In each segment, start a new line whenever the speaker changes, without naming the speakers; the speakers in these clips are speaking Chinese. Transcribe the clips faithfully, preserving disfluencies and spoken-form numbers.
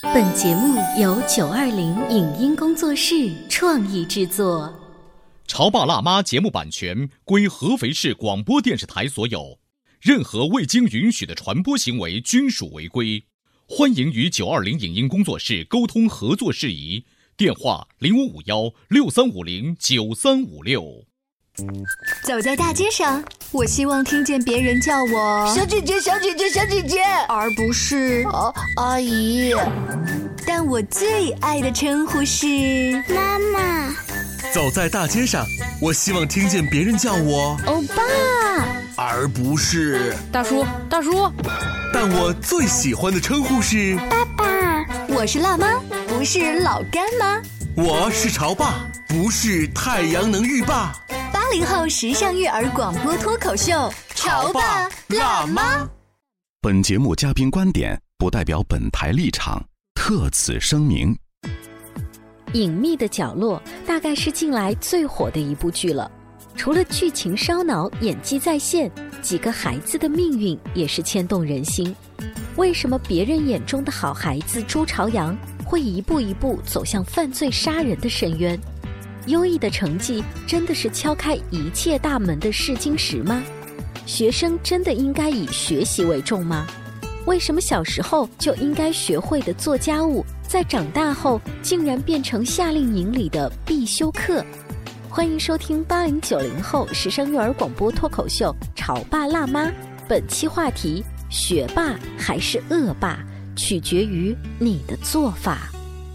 本节目由九二零影音工作室创意制作。
潮爸辣妈节目版权归合肥市广播电视台所有，任何未经允许的传播行为均属违规。欢迎与九二零影音工作室沟通合作事宜，电话零五五幺六三五零九三五六。
走在大街上，我希望听见别人叫我
小姐姐小姐姐小姐姐，
而不是
哦阿姨。
但我最爱的称呼是
妈妈。
走在大街上，我希望听见别人叫我
欧巴，
而不是
大叔大叔。
但我最喜欢的称呼是
爸爸。
我是辣妈，不是老干妈。
我是潮爸，不是太阳能浴霸。
八零后时尚育儿广播脱口秀，潮爸辣妈。
本节目嘉宾观点不代表本台立场，特此声明。
隐秘的角落大概是近来最火的一部剧了，除了剧情烧脑、演技在线，几个孩子的命运也是牵动人心。为什么别人眼中的好孩子朱朝阳会一步一步走向犯罪杀人的深渊？优异的成绩真的是敲开一切大门的试金石吗？学生真的应该以学习为重吗？为什么小时候就应该学会的做家务，在长大后竟然变成夏令营里的必修课？欢迎收听八零九零后时尚育儿广播脱口秀《潮爸辣妈》，本期话题：学霸还是恶霸，取决于你的做法。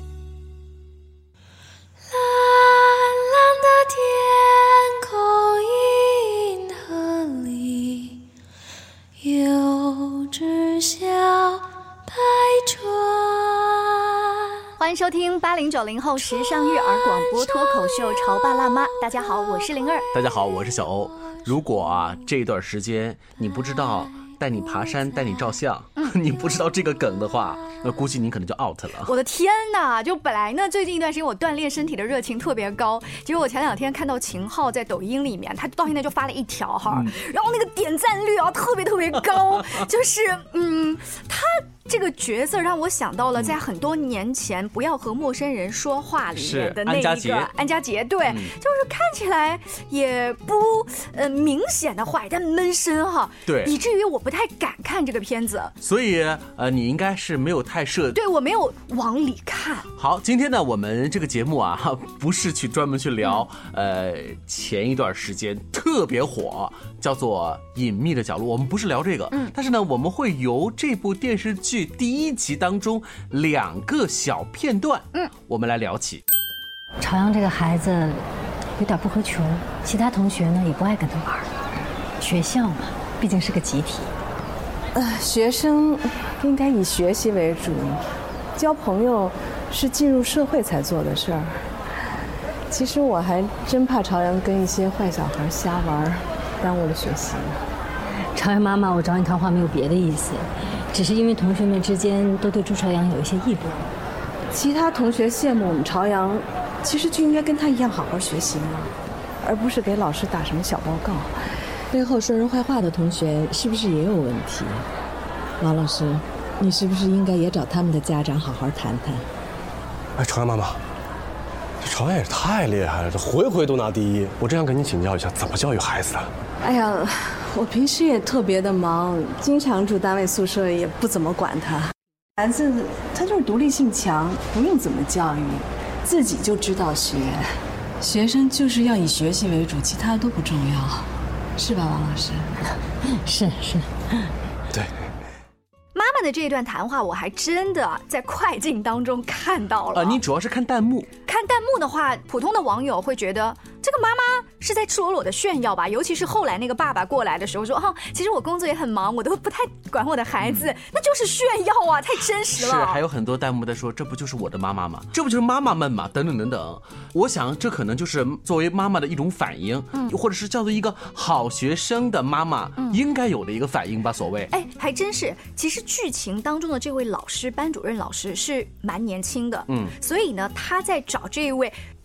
欢迎收听八零九零后时尚育儿广播脱口秀《潮爸辣妈》。大家好，我是灵儿。
大家好，我是小欧。如果啊这段时间你不知道带你爬山带你照相、嗯、你不知道这个梗的话，那估计你可能就 out 了。
我的天哪，就本来呢最近一段时间我锻炼身体的热情特别高，结果我前两天看到秦昊在抖音里面，他到现在就发了一条哈、嗯、然后那个点赞率啊特别特别高就是嗯他这个角色让我想到了在很多年前不要和陌生人说话里面的那一个安家杰，安家杰对、嗯、就是看起来也不呃明显的坏，但闷声哈，
对，
以至于我不太敢看这个片子。
所以呃你应该是没有太涉，
对，我没有往里看。
好，今天呢我们这个节目啊不是去专门去聊、嗯、呃前一段时间特别火叫做隐秘的角落，我们不是聊这个、嗯、但是呢我们会由这部电视剧第一集当中两个小片段，嗯，我们来聊起。
朝阳这个孩子有点不合群，其他同学呢也不爱跟他玩。学校嘛，毕竟是个集体。
呃，学生应该以学习为主，交朋友是进入社会才做的事儿。其实我还真怕朝阳跟一些坏小孩瞎玩，耽误了学习。
朝阳妈妈，我找你谈话没有别的意思，只是因为同学们之间都对朱朝阳有一些议论。
其他同学羡慕我们朝阳，其实就应该跟他一样好好学习嘛，而不是给老师打什么小报告。
背后说人坏话的同学是不是也有问题？王老师，你是不是应该也找他们的家长好好谈谈？
哎，朝阳妈妈，这朝阳也太厉害了，这回回都拿第一。我这样跟你请教一下，怎么教育孩子的？
哎呀，我平时也特别的忙，经常住单位宿舍，也不怎么管他。孩子他就是独立性强，不用怎么教育，自己就知道学。
学生就是要以学习为主，其他都不重要，是吧，王老师？
是是。
对。
妈妈的这一段谈话，我还真的在快进当中看到了。
啊，你主要是看弹幕。
看弹幕的话，普通的网友会觉得这个妈妈是在赤裸裸的炫耀吧，尤其是后来那个爸爸过来的时候说，哦，其实我工作也很忙，我都不太管我的孩子，嗯、那就是炫耀啊，太真实了。
是，还有很多弹幕在说，这不就是我的妈妈吗？这不就是妈妈们吗？等等等等。我想这可能就是作为妈妈的一种反应，嗯、或者是叫做一个好学生的妈妈、嗯、应该有的一个反应吧，所谓。
哎，还真是。其实剧情当中的这位老师，班主任老师是蛮年轻的，嗯，所以呢，他在找这一位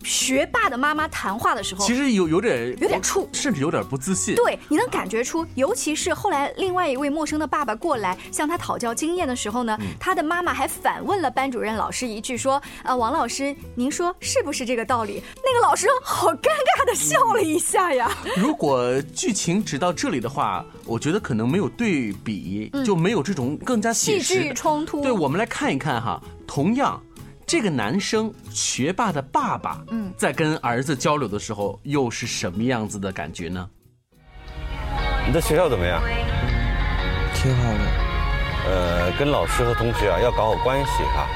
学霸的妈妈谈话的时候，
其实有有点
有点怵，
甚至有点不自信。
对，你能感觉出，尤其是后来另外一位陌生的爸爸过来向他讨教经验的时候呢，嗯、他的妈妈还反问了班主任老师一句说：“呃，王老师，您说是不是这个道理？”那个老师好尴尬的笑了一下呀。
如果剧情只到这里的话，我觉得可能没有对比，嗯、就没有这种更加写实
戏剧冲突。
对，我们来看一看哈，同样。这个男生学霸的爸爸，嗯，在跟儿子交流的时候，又是什么样子的感觉呢？
你的学校怎么样？
挺好的。
呃，跟老师和同学啊要搞好关系哈。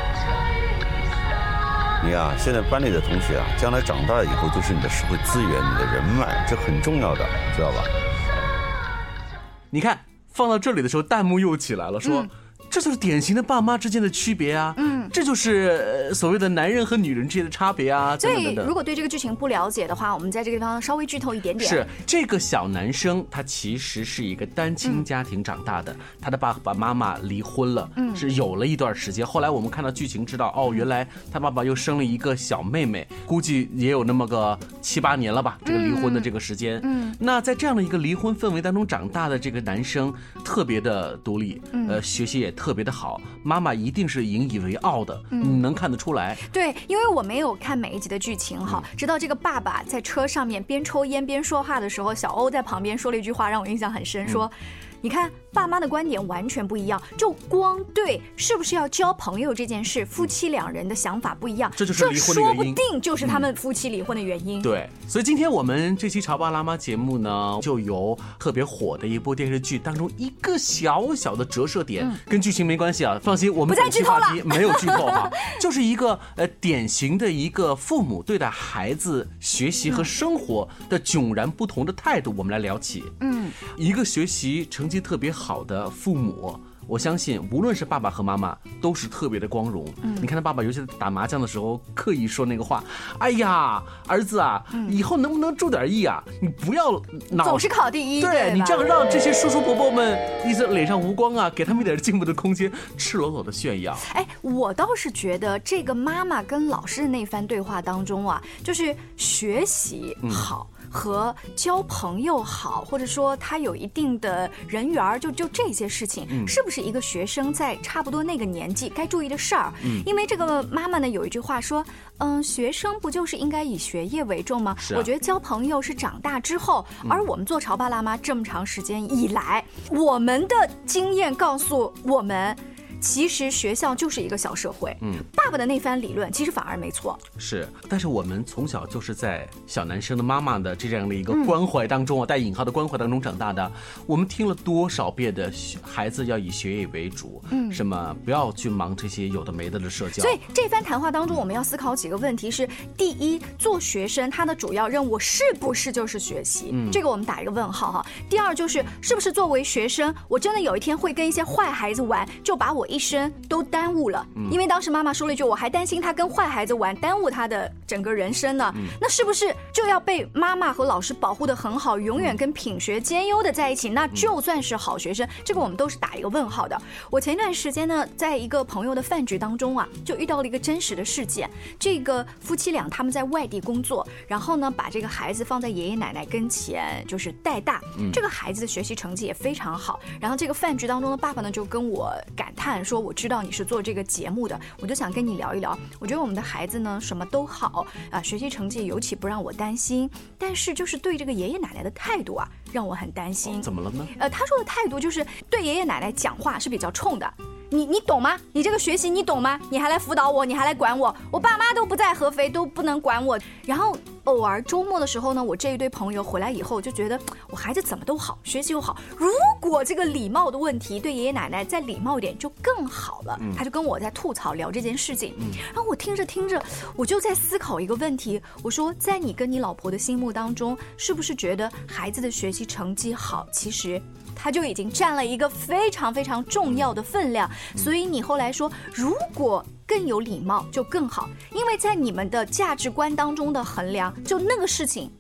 你啊，现在班里的同学啊，将来长大了以后就是你的社会资源、你的人脉，这很重要的，知道吧？
你看，放到这里的时候，弹幕又起来了，说。嗯这就是典型的爸妈之间的区别啊，嗯，这就是所谓的男人和女人之间的差别啊。
所以，如果对这个剧情不了解的话，我们在这个地方稍微剧透一点点。
是这个小男生，他其实是一个单亲家庭长大的，嗯、他的爸爸妈妈离婚了，嗯，是有了一段时间。后来我们看到剧情知道，哦，原来他爸爸又生了一个小妹妹，估计也有那么个七八年了吧，这个离婚的这个时间。嗯，那在这样的一个离婚氛围当中长大的这个男生，特别的独立，嗯、呃，学习也特别的好，妈妈一定是引以为傲的，嗯、你能看得出来。
对，因为我没有看每一集的剧情哈，嗯、直到这个爸爸在车上面边抽烟边说话的时候，小欧在旁边说了一句话让我印象很深，嗯、说你看爸妈的观点完全不一样，就光对是不是要交朋友这件事，夫妻两人的想法不一样，
这就是离婚的原因，
这说不定就是他们夫妻离婚的原因。
嗯、对，所以今天我们这期潮爸辣妈节目呢，就由特别火的一部电视剧当中一个小小的折射点，嗯、跟剧情没关系啊，放心，我们
不再剧透了，
没有剧透哈，就是一个呃典型的一个父母对待孩子学习和生活的迥然不同的态度，我们来聊起。嗯，一个学习成绩特别好的父母，我相信无论是爸爸和妈妈都是特别的光荣。嗯，你看他爸爸尤其是打麻将的时候刻意说那个话，哎呀儿子啊，嗯、以后能不能注点意啊，你不要脑
总是考第一，
对,
对
你这样让这些叔叔伯伯们一直脸上无光啊，给他们一点进步的空间，赤裸裸的炫耀。
哎，我倒是觉得这个妈妈跟老师的那番对话当中啊，就是学习好、嗯和交朋友好，或者说他有一定的人缘，就就这些事情，嗯、是不是一个学生在差不多那个年纪该注意的事儿？嗯，因为这个妈妈呢有一句话说，嗯，学生不就是应该以学业为重吗？啊、我觉得交朋友是长大之后，嗯、而我们做潮爸辣妈这么长时间以来，我们的经验告诉我们。其实学校就是一个小社会，嗯，爸爸的那番理论其实反而没错。
是，但是我们从小就是在小男生的妈妈的这样的一个关怀当中啊，嗯、带引号的关怀当中长大的。我们听了多少遍的孩子要以学业为主，嗯，什么不要去忙这些有的没的的社交。
所以这番谈话当中，我们要思考几个问题是：第一，做学生他的主要任务是不是就是学习？嗯，这个我们打一个问号哈。第二就是，是不是作为学生，我真的有一天会跟一些坏孩子玩，就把我一生都耽误了，因为当时妈妈说了一句，我还担心他跟坏孩子玩耽误他的整个人生呢，嗯、那是不是就要被妈妈和老师保护得很好，永远跟品学兼优的在一起，那就算是好学生？这个我们都是打一个问号的。我前一段时间呢，在一个朋友的饭局当中啊，就遇到了一个真实的事件，这个夫妻俩他们在外地工作，然后呢把这个孩子放在爷爷奶奶跟前就是带大，嗯、这个孩子的学习成绩也非常好，然后这个饭局当中的爸爸呢就跟我感叹说，我知道你是做这个节目的，我就想跟你聊一聊。我觉得我们的孩子呢什么都好啊，学习成绩尤其不让我担心，但是就是对这个爷爷奶奶的态度啊让我很担心。
哦、怎么了呢？
呃，他说的态度就是对爷爷奶奶讲话是比较冲的。你你懂吗？你这个学习你懂吗？你还来辅导我，你还来管我，我爸妈都不在合肥，都不能管我。然后偶尔周末的时候呢，我这一堆朋友回来以后就觉得我孩子怎么都好，学习又好，如果这个礼貌的问题对爷爷奶奶再礼貌一点就更好了。嗯、他就跟我在吐槽聊这件事情，嗯、然后我听着听着我就在思考一个问题，我说在你跟你老婆的心目当中，是不是觉得孩子的学习成绩好，其实他就已经占了一个非常非常重要的分量，所以你后来说如果更有礼貌就更好，因为在你们的价值观当中的衡量，就那个事情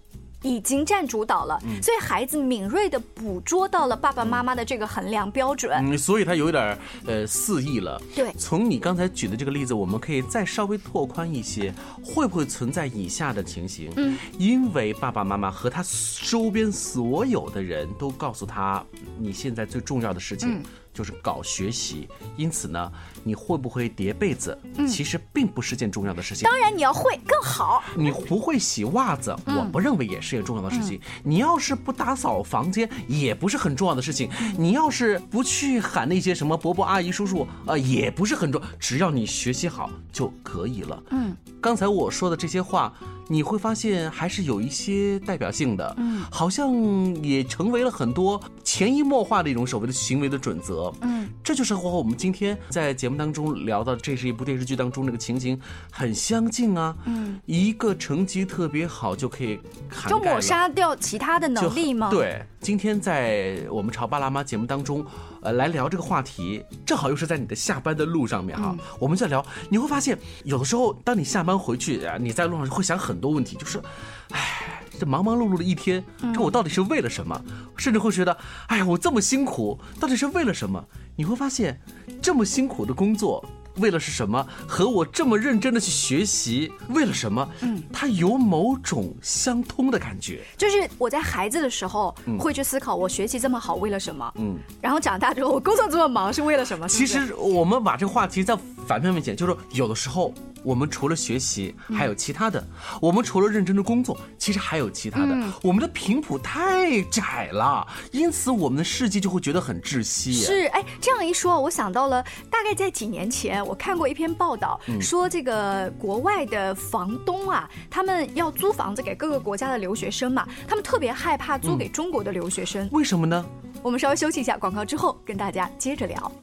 已经占主导了，嗯、所以孩子敏锐地捕捉到了爸爸妈妈的这个衡量标准，
嗯，所以他有点呃肆意了。
对，
从你刚才举的这个例子，我们可以再稍微拓宽一些，会不会存在以下的情形？嗯，因为爸爸妈妈和他周边所有的人都告诉他，你现在最重要的事情。嗯，就是搞学习，因此呢，你会不会叠被子，嗯、其实并不是件重要的事情。
当然，你要会更好。
你不会洗袜子，嗯、我不认为也是一个重要的事情。嗯、你要是不打扫房间，也不是很重要的事情。嗯、你要是不去喊那些什么伯伯、阿姨、叔叔，呃，也不是很重要。只要你学习好就可以了。嗯，刚才我说的这些话，你会发现还是有一些代表性的。嗯，好像也成为了很多潜移默化的一种所谓的行为的准则。嗯，这就是和我们今天在节目当中聊到，这是一部电视剧当中那个情形很相近啊。嗯，一个成绩特别好就可以涵盖了，
就抹杀掉其他的能力吗？
对，今天在我们潮爸辣妈节目当中，呃，来聊这个话题，正好又是在你的下班的路上面哈。嗯、我们在聊，你会发现有的时候，当你下班回去，你在路上会想很多问题，就是，唉。这忙忙碌碌的一天，这我到底是为了什么？嗯、甚至会觉得，哎呀，我这么辛苦，到底是为了什么？你会发现，这么辛苦的工作，为了是什么？和我这么认真的去学习，为了什么？嗯，它有某种相通的感觉。
就是我在孩子的时候，嗯、会去思考，我学习这么好为了什么？嗯，然后长大之后，我工作这么忙是为了什么？是不是？
其实我们把这个话题在反面面讲，就是说有的时候。我们除了学习还有其他的，嗯、我们除了认真的工作，其实还有其他的。嗯、我们的频谱太窄了，因此我们的世界就会觉得很窒息。
是，哎，这样一说，我想到了，大概在几年前，我看过一篇报道，嗯、说这个国外的房东啊，他们要租房子给各个国家的留学生嘛，他们特别害怕租给中国的留学生。
嗯、为什么呢？
我们稍微休息一下广告之后，跟大家接着聊。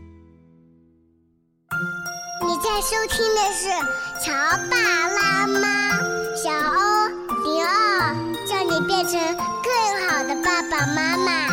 你在收听的是《潮爸辣妈》，小欧零二，叫你变成更好的爸爸妈妈。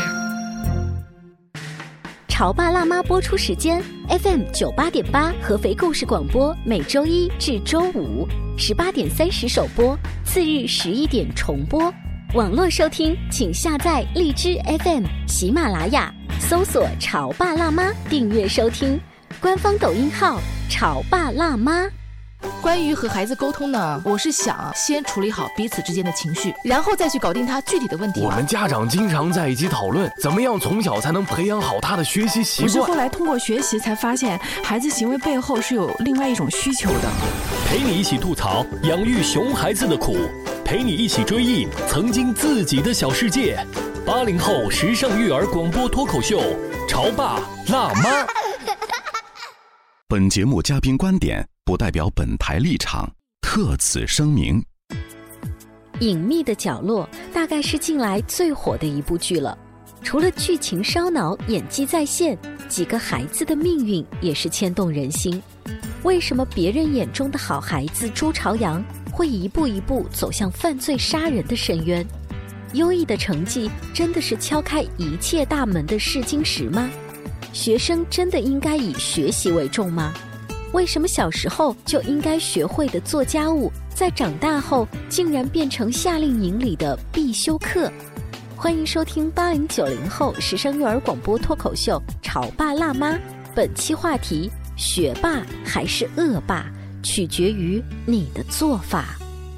潮爸辣妈播出时间 F M 九八点八合肥故事广播，每周一至周五十八点三十首播，次日十一点重播。网络收听请下载荔枝 F M、喜马拉雅，搜索“潮爸辣妈”订阅收听。官方抖音号潮爸辣妈。
关于和孩子沟通呢，我是想先处理好彼此之间的情绪，然后再去搞定他具体的问题。
我们家长经常在一起讨论，怎么样从小才能培养好他的学习习惯。
我是后来通过学习才发现，孩子行为背后是有另外一种需求的。
陪你一起吐槽养育熊孩子的苦，陪你一起追忆曾经自己的小世界。八零后时尚育儿广播脱口秀，潮爸辣妈。
本节目嘉宾观点不代表本台立场，特此声明。
隐秘的角落大概是近来最火的一部剧了，除了剧情烧脑、演技在线，几个孩子的命运也是牵动人心。为什么别人眼中的好孩子朱朝阳会一步一步走向犯罪杀人的深渊？优异的成绩真的是敲开一切大门的试金石吗？学生真的应该以学习为重吗？为什么小时候就应该学会的做家务，在长大后竟然变成夏令营里的必修课？欢迎收听八零九零后时尚育儿广播脱口秀《潮爸辣妈》，本期话题：学霸还是恶霸，取决于你的做法。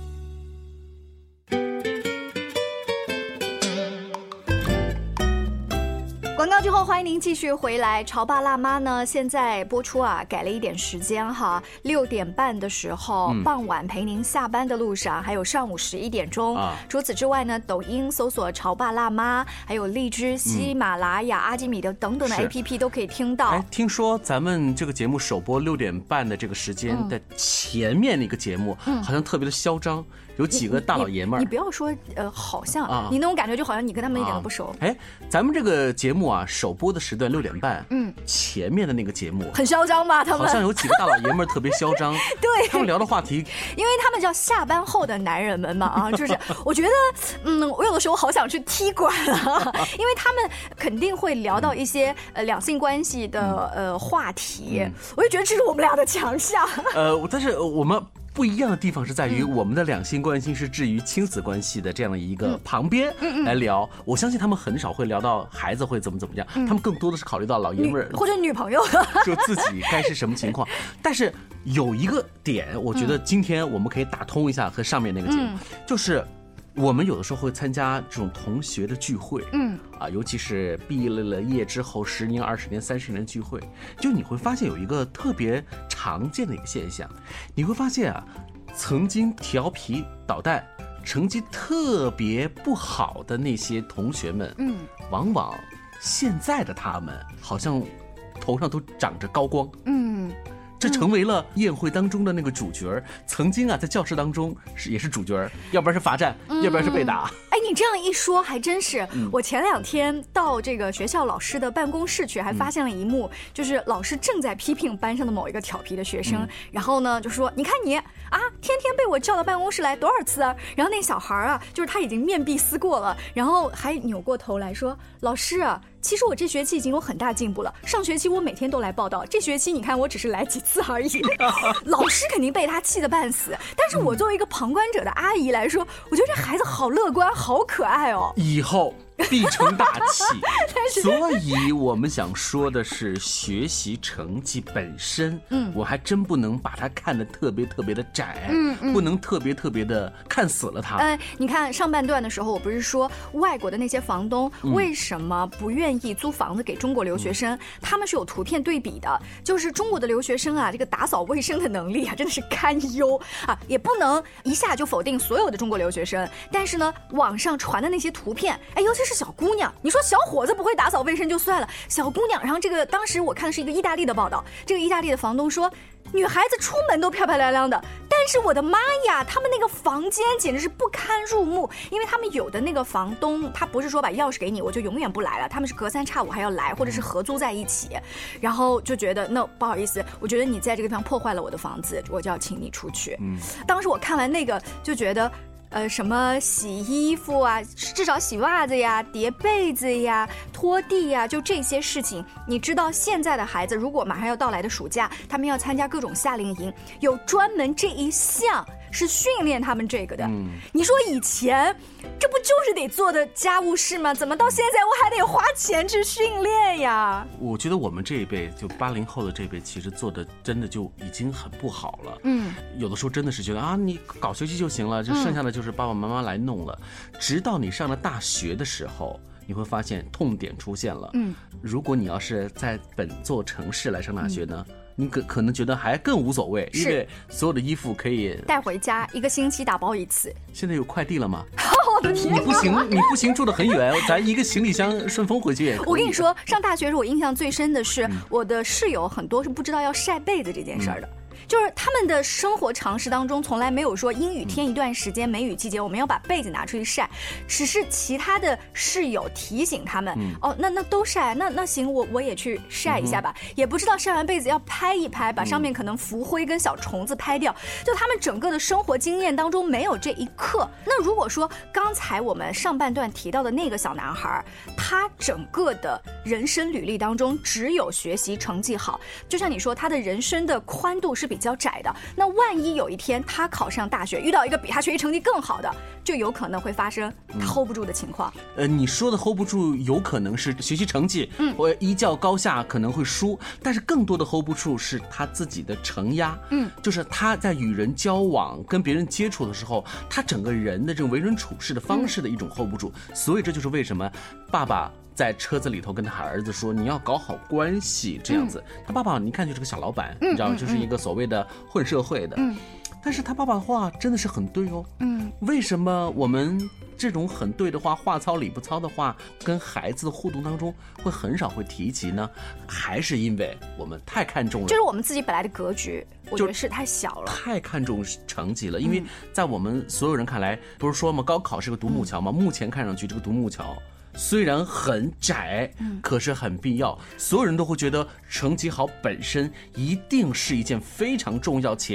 广告之后，欢迎您继续回来。潮爸辣妈呢，现在播出啊，改了一点时间哈，六点半的时候，嗯、傍晚陪您下班的路上，还有上午十一点钟。啊、除此之外呢，抖音搜索潮爸辣妈，还有荔枝、喜马拉雅、嗯、阿基米德等等的 A P P 都可以听到。
哎，听说咱们这个节目首播六点半的这个时间的前面那个节目，嗯、好像特别的嚣张。有几个大老爷们儿，
你不要说呃，好像、啊、你那种感觉就好像你跟他们一点都不熟。
哎、啊，咱们这个节目啊，首播的时段六点半，嗯，前面的那个节目
很嚣张吧？他们
好像有几个大老爷们儿特别嚣张，
对，
他们聊的话题，
因为他们叫下班后的男人们嘛啊，就是我觉得，嗯，我有的时候好想去踢馆啊，因为他们肯定会聊到一些呃两性关系的呃话题，嗯、我就觉得这是我们俩的强项。
呃，但是我们。 不一样的地方是在于我们的两性关系是置于亲子关系的这样的一个旁边来聊，我相信他们很少会聊到孩子会怎么怎么样，他们更多的是考虑到老爷们儿
或者女朋友，
就自己该是什么情况。但是有一个点，我觉得今天我们可以打通一下和上面那个节目，嗯、就是我们有的时候会参加这种同学的聚会，嗯，啊，尤其是毕业了业之后十年、二十年、三十年的聚会，就你会发现有一个特别常见的一个现象，你会发现啊，曾经调皮捣蛋、成绩特别不好的那些同学们，嗯，往往现在的他们好像头上都长着高光，嗯。这成为了宴会当中的那个主角，曾经啊在教室当中是也是主角，要不然是罚站，嗯、要不然是被打。
哎，你这样一说还真是。嗯、我前两天到这个学校老师的办公室去，还发现了一幕，嗯、就是老师正在批评班上的某一个调皮的学生，嗯、然后呢就说：“你看你啊，天天被我叫到办公室来多少次啊？”然后那小孩啊，就是他已经面壁思过了，然后还扭过头来说：“老师啊。”其实我这学期已经有很大进步了，上学期我每天都来报道，这学期你看我只是来几次而已。老师肯定被他气得半死，但是我作为一个旁观者的阿姨来说，我觉得这孩子好乐观，好可爱哦。
以后必成大器。所以我们想说的是，学习成绩本身，嗯，我还真不能把它看得特别特别的窄，嗯，嗯不能特别特别的看死了它。
呃，你看上半段的时候，我不是说外国的那些房东为什么不愿意租房子给中国留学生？嗯、他们是有图片对比的，就是中国的留学生啊，这个打扫卫生的能力啊，真的是堪忧啊，也不能一下就否定所有的中国留学生。但是呢，网上传的那些图片，哎，尤其是小姑娘，你说小伙子不会打扫卫生就算了，小姑娘，然后这个当时我看的是一个意大利的报道，这个意大利的房东说，女孩子出门都漂漂亮亮的，但是我的妈呀，他们那个房间简直是不堪入目，因为他们有的那个房东，他不是说把钥匙给你我就永远不来了，他们是隔三差五还要来，或者是合租在一起，然后就觉得那不好意思，我觉得你在这个地方破坏了我的房子，我就要请你出去。嗯，当时我看完那个就觉得呃，什么洗衣服啊，至少洗袜子呀、叠被子呀、拖地呀，就这些事情。你知道现在的孩子，如果马上要到来的暑假，他们要参加各种夏令营，有专门这一项是训练他们这个的。嗯，你说以前这不就是得做的家务事吗？怎么到现在我还得花钱去训练呀？
我觉得我们这一辈，就八零后的这一辈，其实做的真的就已经很不好了。嗯，有的时候真的是觉得啊，你搞学习就行了，就剩下的就是爸爸妈妈来弄了。嗯、直到你上了大学的时候，你会发现痛点出现了。嗯，如果你要是在本座城市来上大学呢？嗯，你可可能觉得还更无所谓，因为所有的衣服可以
带回家，一个星期打包一次。
现在有快递了吗？
我的天！
你不行，你不行，住得很远，咱一个行李箱顺丰回去也可以。
我跟你说，上大学时我印象最深的是，嗯、我的室友很多是不知道要晒被子这件事儿的。嗯，就是他们的生活常识当中从来没有说阴雨天一段时间梅雨季节我们要把被子拿出去晒，只是其他的室友提醒他们，嗯、哦，那那都晒，那那行，我我也去晒一下吧，嗯、也不知道晒完被子要拍一拍，把上面可能浮灰跟小虫子拍掉，就他们整个的生活经验当中没有这一课。那如果说刚才我们上半段提到的那个小男孩，他整个的人生履历当中只有学习成绩好，就像你说他的人生的宽度是比较窄的，那万一有一天他考上大学遇到一个比他学习成绩更好的，就有可能会发生他 hold 不住的情况。
嗯、呃，你说的 hold 不住有可能是学习成绩，嗯，我一较高下可能会输，但是更多的 hold 不住是他自己的承压，嗯，就是他在与人交往跟别人接触的时候，他整个人的这种为人处事的方式的一种 hold 不住，嗯、所以这就是为什么爸爸在车子里头跟他儿子说，你要搞好关系这样子。嗯、他爸爸你看就是个小老板，嗯、你知道，就是一个所谓的混社会的。嗯，但是他爸爸的话真的是很对哦。嗯，为什么我们这种很对的话，话糙理不糙的话，跟孩子的互动当中会很少会提及呢？还是因为我们太看重了，
就是我们自己本来的格局，我觉得是太小了，
太看重成绩了。因为在我们所有人看来，不是说嘛，高考是个独木桥嘛，嗯、目前看上去这个独木桥虽然很窄，可是很必要。所有人都会觉得成绩好本身一定是一件非常重要且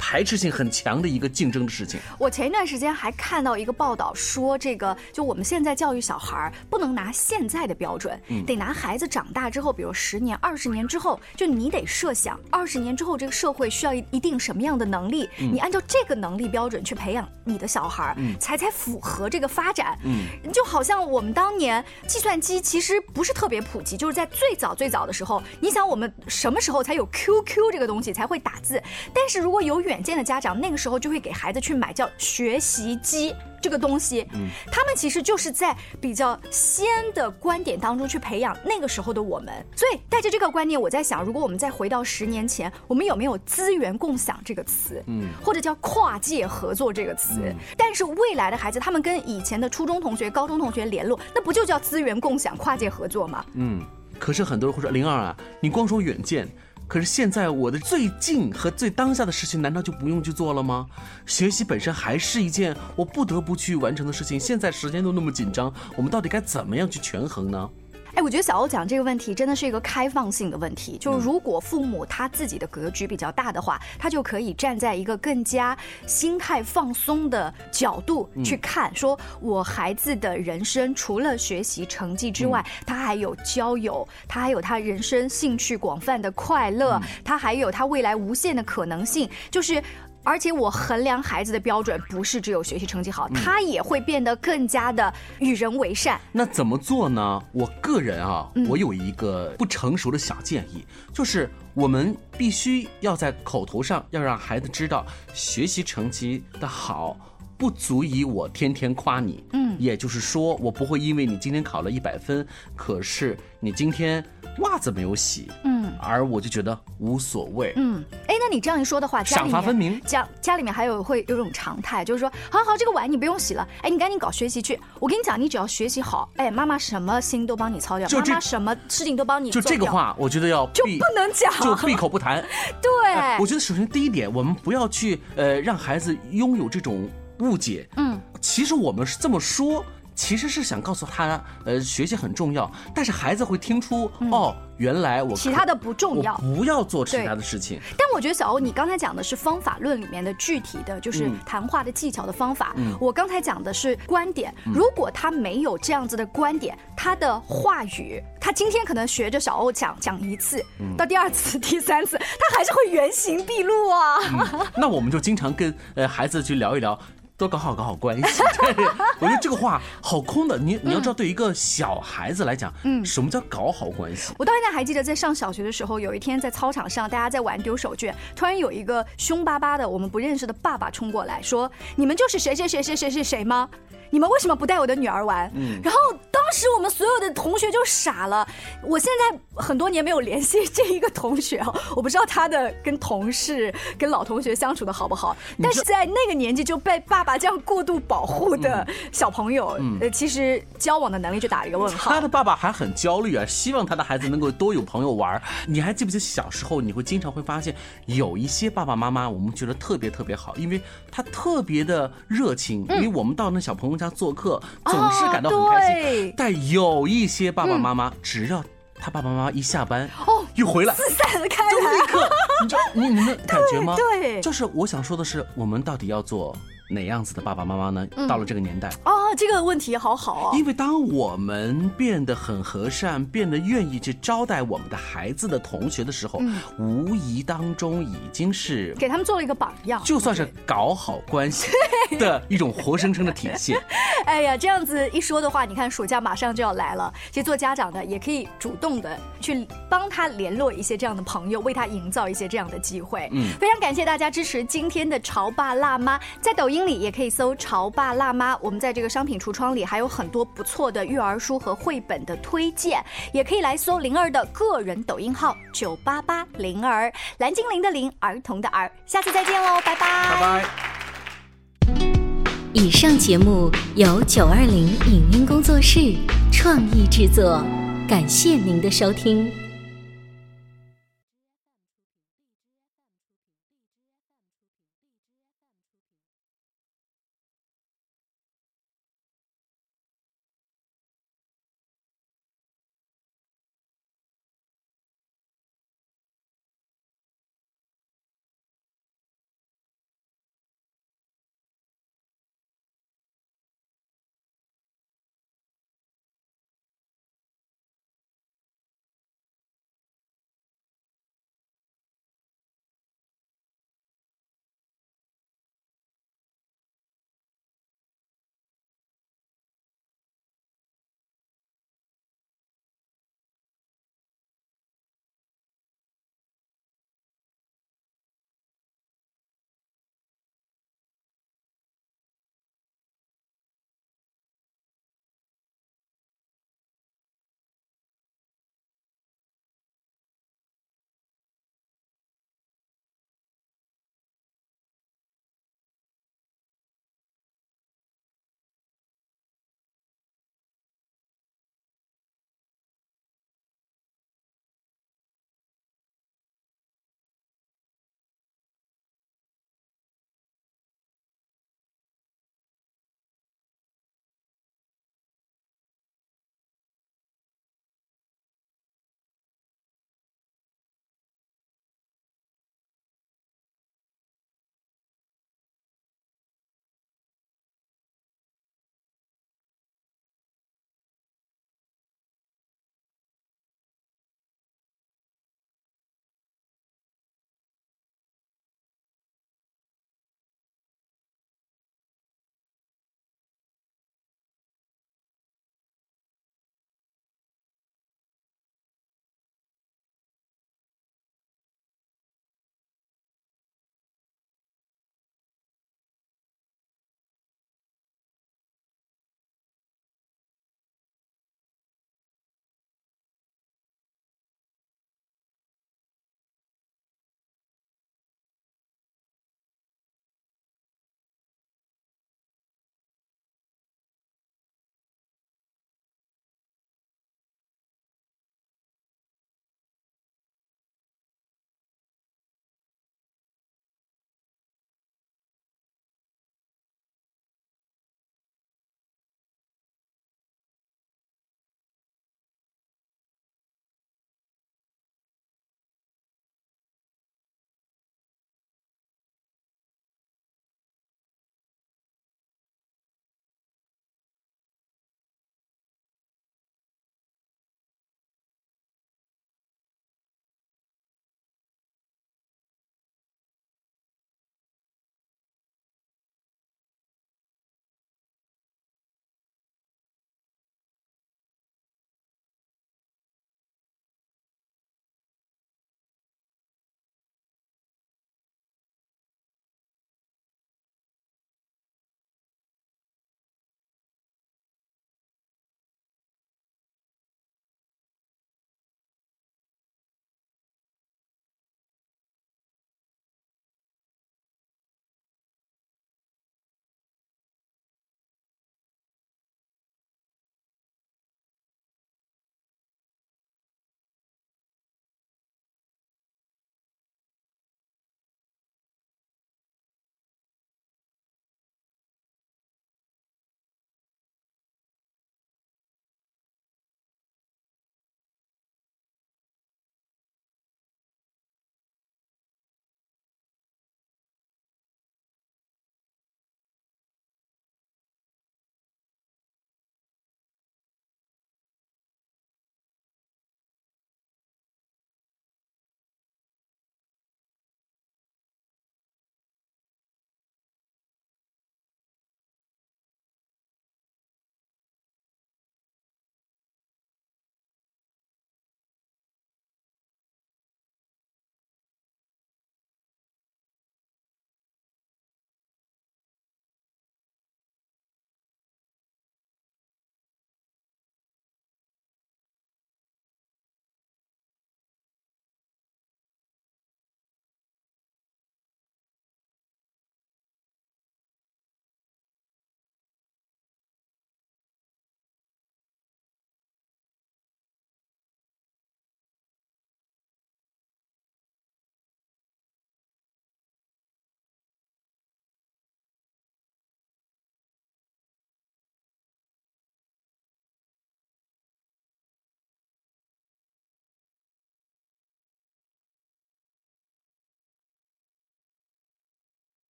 排斥性很强的一个竞争的事情。
我前一段时间还看到一个报道说，这个就我们现在教育小孩不能拿现在的标准，嗯、得拿孩子长大之后，比如十年、二十年之后，就你得设想二十年之后这个社会需要一定什么样的能力，嗯、你按照这个能力标准去培养你的小孩，嗯、才才符合这个发展。嗯，就好像我们当年计算机其实不是特别普及，就是在最早最早的时候，你想我们什么时候才有 Q Q 这个东西才会打字？但是如果有远见的家长，那个时候就会给孩子去买叫学习机这个东西，嗯，他们其实就是在比较先的观点当中去培养那个时候的我们。所以带着这个观念，我在想，如果我们再回到十年前，我们有没有资源共享这个词，嗯，或者叫跨界合作这个词？嗯、但是未来的孩子，他们跟以前的初中同学、高中同学联络，那不就叫资源共享、跨界合作吗？
嗯，可是很多人会说，灵儿啊，你光说远见。可是现在我的最近和最当下的事情难道就不用去做了吗？学习本身还是一件我不得不去完成的事情，现在时间都那么紧张，我们到底该怎么样去权衡呢？
哎，我觉得小欧讲这个问题真的是一个开放性的问题，就是如果父母他自己的格局比较大的话，他就可以站在一个更加心态放松的角度去看，说我孩子的人生除了学习成绩之外，他还有交友，他还有他人生兴趣广泛的快乐，他还有他未来无限的可能性，就是而且我衡量孩子的标准不是只有学习成绩好，嗯、他也会变得更加的与人为善。
那怎么做呢？我个人啊，嗯、我有一个不成熟的小建议，就是我们必须要在口头上要让孩子知道，学习成绩的好不足以我天天夸你。嗯，也就是说，我不会因为你今天考了一百分，可是你今天袜子没有洗，嗯，而我就觉得无所谓。嗯，
哎，那你这样一说的话，
赏罚分明。
家家里面还有会有种常态，就是说，好好，这个碗你不用洗了，哎，你赶紧搞学习去。我跟你讲，你只要学习好，哎，妈妈什么心都帮你操掉，妈妈什么事情都帮你做掉。
就这个话，我觉得要
就不能讲，
就闭口不谈。
对、
呃，我觉得首先第一点，我们不要去呃让孩子拥有这种误解。嗯，其实我们是这么说。其实是想告诉他，呃，学习很重要，但是孩子会听出，嗯、哦，原来我
其他的不重要，
不要做其他的事情。
但我觉得小欧，你刚才讲的是方法论里面的具体的，就是谈话的技巧的方法。嗯、我刚才讲的是观点。嗯、如果他没有这样子的观点，他的话语，他今天可能学着小欧讲讲一次，嗯、到第二次、第三次，他还是会原形毕露啊。
嗯、那我们就经常跟呃孩子去聊一聊。多搞好搞好关系，我觉得这个话好空的。你你要知道，对一个小孩子来讲，嗯，什么叫搞好关系？
我到现在还记得，在上小学的时候，有一天在操场上，大家在玩丢手绢，突然有一个凶巴巴的我们不认识的爸爸冲过来说：“你们就是谁谁谁谁谁谁谁吗？你们为什么不带我的女儿玩？”嗯，然后当时我们所有的同学就傻了。我现在很多年没有联系这一个同学啊，我不知道他的跟同事、跟老同学相处的好不好。但是在那个年纪就被爸爸这样过度保护的小朋友，嗯、呃，其实交往的能力就打了一个问号。
他的爸爸还很焦虑啊，希望他的孩子能够多有朋友玩。你还记不记得小时候，你会经常会发现有一些爸爸妈妈，我们觉得特别特别好，因为他特别的热情，嗯、因为我们到那小朋友家做客，总是感到很开心。哦、但有一些爸爸妈妈，嗯、只要他爸爸妈妈一下班哦，一回来
四散开来，
就立刻，你知道你你们感觉吗？
对，对
就是我想说的是，我们到底要做哪样子的爸爸妈妈呢？嗯、到了这个年代
哦，这个问题好好哦。
因为当我们变得很和善，变得愿意去招待我们的孩子的同学的时候，嗯、无疑当中已经是
给他们做了一个榜样，
就算是搞好关系的一种活生生的体现。
哎呀，这样子一说的话，你看暑假马上就要来了，其实做家长的也可以主动的去帮他联络一些这样的朋友，为他营造一些这样的机会。嗯，非常感谢大家支持今天的潮爸辣妈，在抖音里也可以搜潮爸辣妈，我们在这个商品橱窗里还有很多不错的育儿书和绘本的推荐，也可以来搜灵儿的个人抖音号九八八灵儿，蓝精灵的灵，儿童的儿。下次再见喽，拜拜，
拜拜。
以上节目由九二零影音工作室创意制作，感谢您的收听。